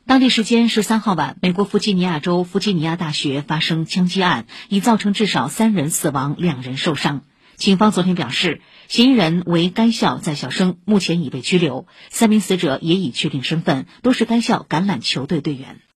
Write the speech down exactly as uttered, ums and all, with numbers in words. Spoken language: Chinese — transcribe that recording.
当地时间十三号晚，美国弗吉尼亚州弗吉尼亚大学发生枪击案，已造成至少三人死亡，两人受伤。警方昨天表示，嫌疑人为该校在校生，目前已被拘留。三名死者也已确定身份，都是该校橄榄球队队员。